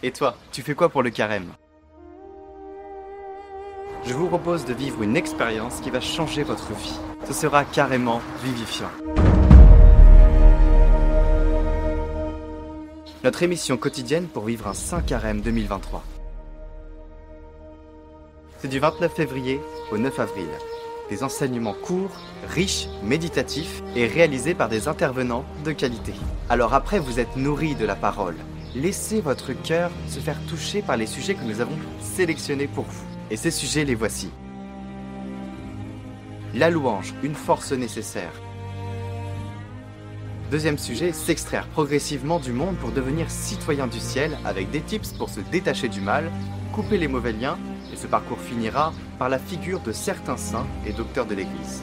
Et toi, tu fais quoi pour le carême? Je vous propose de vivre une expérience qui va changer votre vie. Ce sera carrément vivifiant. Notre émission quotidienne pour vivre un Saint Carême 2023. C'est du 29 février au 9 avril. Des enseignements courts, riches, méditatifs et réalisés par des intervenants de qualité. Alors après vous êtes nourris de la parole, laissez votre cœur se faire toucher par les sujets que nous avons sélectionnés pour vous. Et ces sujets, les voici. La louange, une force nécessaire. Deuxième sujet, s'extraire progressivement du monde pour devenir citoyen du ciel avec des tips pour se détacher du mal, couper les mauvais liens, et ce parcours finira par la figure de certains saints et docteurs de l'Église.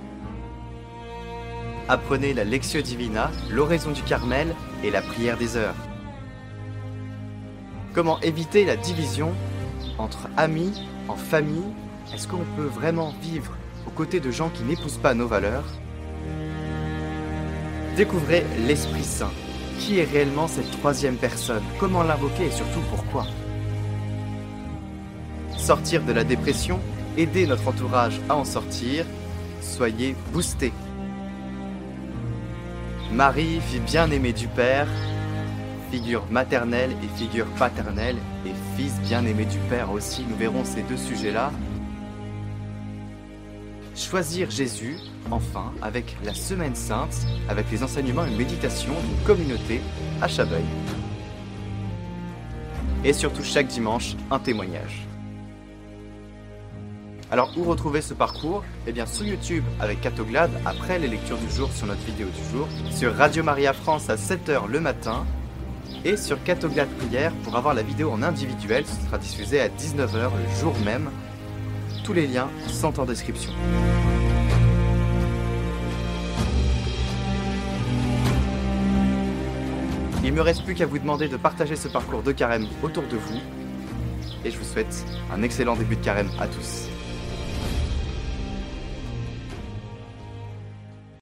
Apprenez la Lectio Divina, l'oraison du Carmel et la prière des heures. Comment éviter la division entre amis, en famille? Est-ce qu'on peut vraiment vivre aux côtés de gens qui n'épousent pas nos valeurs? Découvrez l'Esprit Saint. Qui est réellement cette troisième personne? Comment l'invoquer et surtout pourquoi? Sortir de la dépression, aider notre entourage à en sortir, soyez boostés. Marie, fille bien-aimée du Père, figure maternelle et figure paternelle, et fils bien-aimé du Père aussi, nous verrons ces deux sujets-là. Choisir Jésus, enfin, avec la Semaine Sainte, avec les enseignements et méditations d'une communauté à Chabeuil. Et surtout chaque dimanche, un témoignage. Alors où retrouver ce parcours? Eh bien sur YouTube avec Catoglade, après les lectures du jour sur notre vidéo du jour, sur Radio Maria France à 7 h le matin, et sur Catoglade Prière pour avoir la vidéo en individuel, ce sera diffusé à 19 h le jour même. Tous les liens sont en description. Il ne me reste plus qu'à vous demander de partager ce parcours de carême autour de vous. Et je vous souhaite un excellent début de carême à tous.